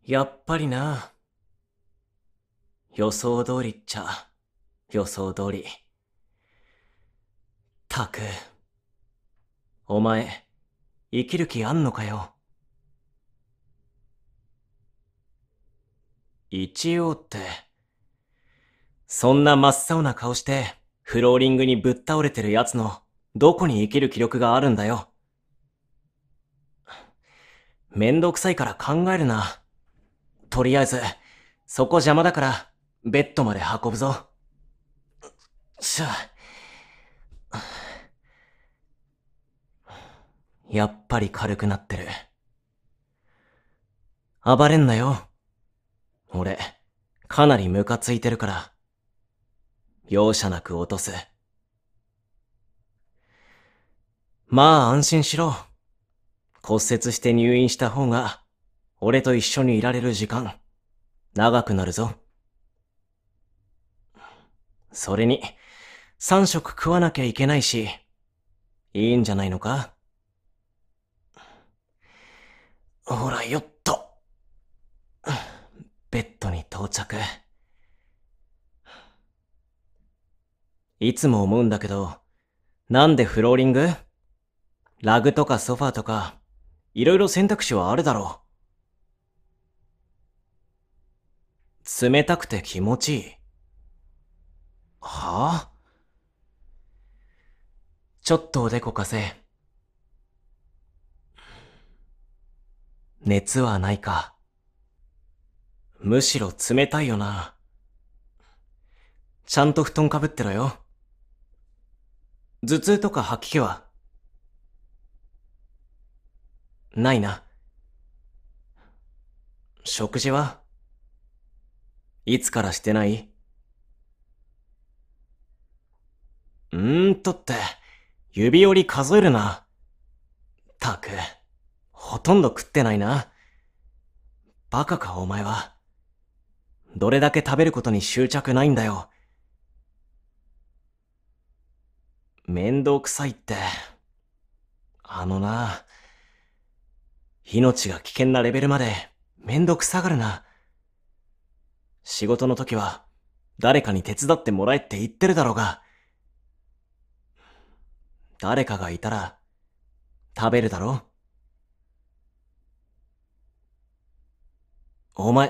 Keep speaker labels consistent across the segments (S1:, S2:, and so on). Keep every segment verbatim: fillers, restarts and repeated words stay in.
S1: やっぱりな。予想通りっちゃ、予想通り。たく、お前、生きる気あんのかよ。一応って、そんな真っ青な顔して、フローリングにぶっ倒れてる奴の、どこに生きる気力があるんだよ。めんどくさいから考えるな。とりあえず、そこ邪魔だから、ベッドまで運ぶぞ。しゃ。やっぱり軽くなってる。暴れんなよ。俺、かなりムカついてるから。容赦なく落とす。まあ安心しろ。骨折して入院した方が、俺と一緒にいられる時間、長くなるぞ。それに、三食食わなきゃいけないし、いいんじゃないのか？ほらよっと。ベッドに到着。いつも思うんだけど、なんでフローリング？ラグとかソファーとか、いろいろ選択肢はあるだろう。冷たくて気持ちいい。はぁ、ちょっとおでこかせ。熱はないか。むしろ冷たいよな。ちゃんと布団かぶってろよ。頭痛とか吐き気はないな。食事はいつからしてない？うーんとって、指折り数えるな。たく、ほとんど食ってないな。バカかお前は。どれだけ食べることに執着ないんだよ。面倒くさいって。あのな、命が危険なレベルまで面倒くさがるな。仕事の時は誰かに手伝ってもらえって言ってるだろうが、誰かがいたら食べるだろ？お前、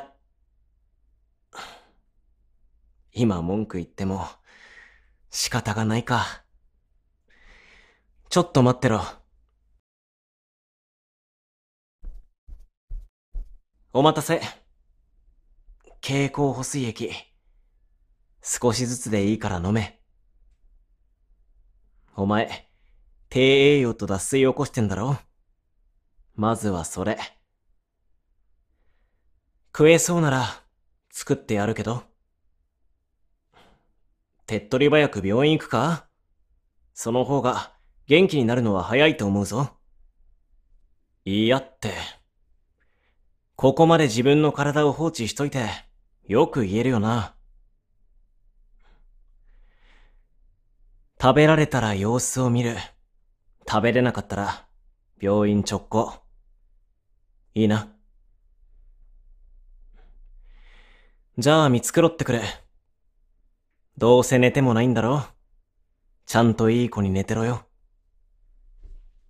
S1: 今文句言っても仕方がないか。ちょっと待ってろ。お待たせ。経口補水液。少しずつでいいから飲め。お前、低栄養と脱水起こしてんだろ？まずはそれ。食えそうなら作ってやるけど。手っ取り早く病院行くか？その方が元気になるのは早いと思うぞ。いやって。ここまで自分の体を放置しといて、よく言えるよな。食べられたら様子を見る。食べれなかったら、病院直行。いいな。じゃあ見繕ってくれ。どうせ寝てもないんだろ？ちゃんといい子に寝てろよ。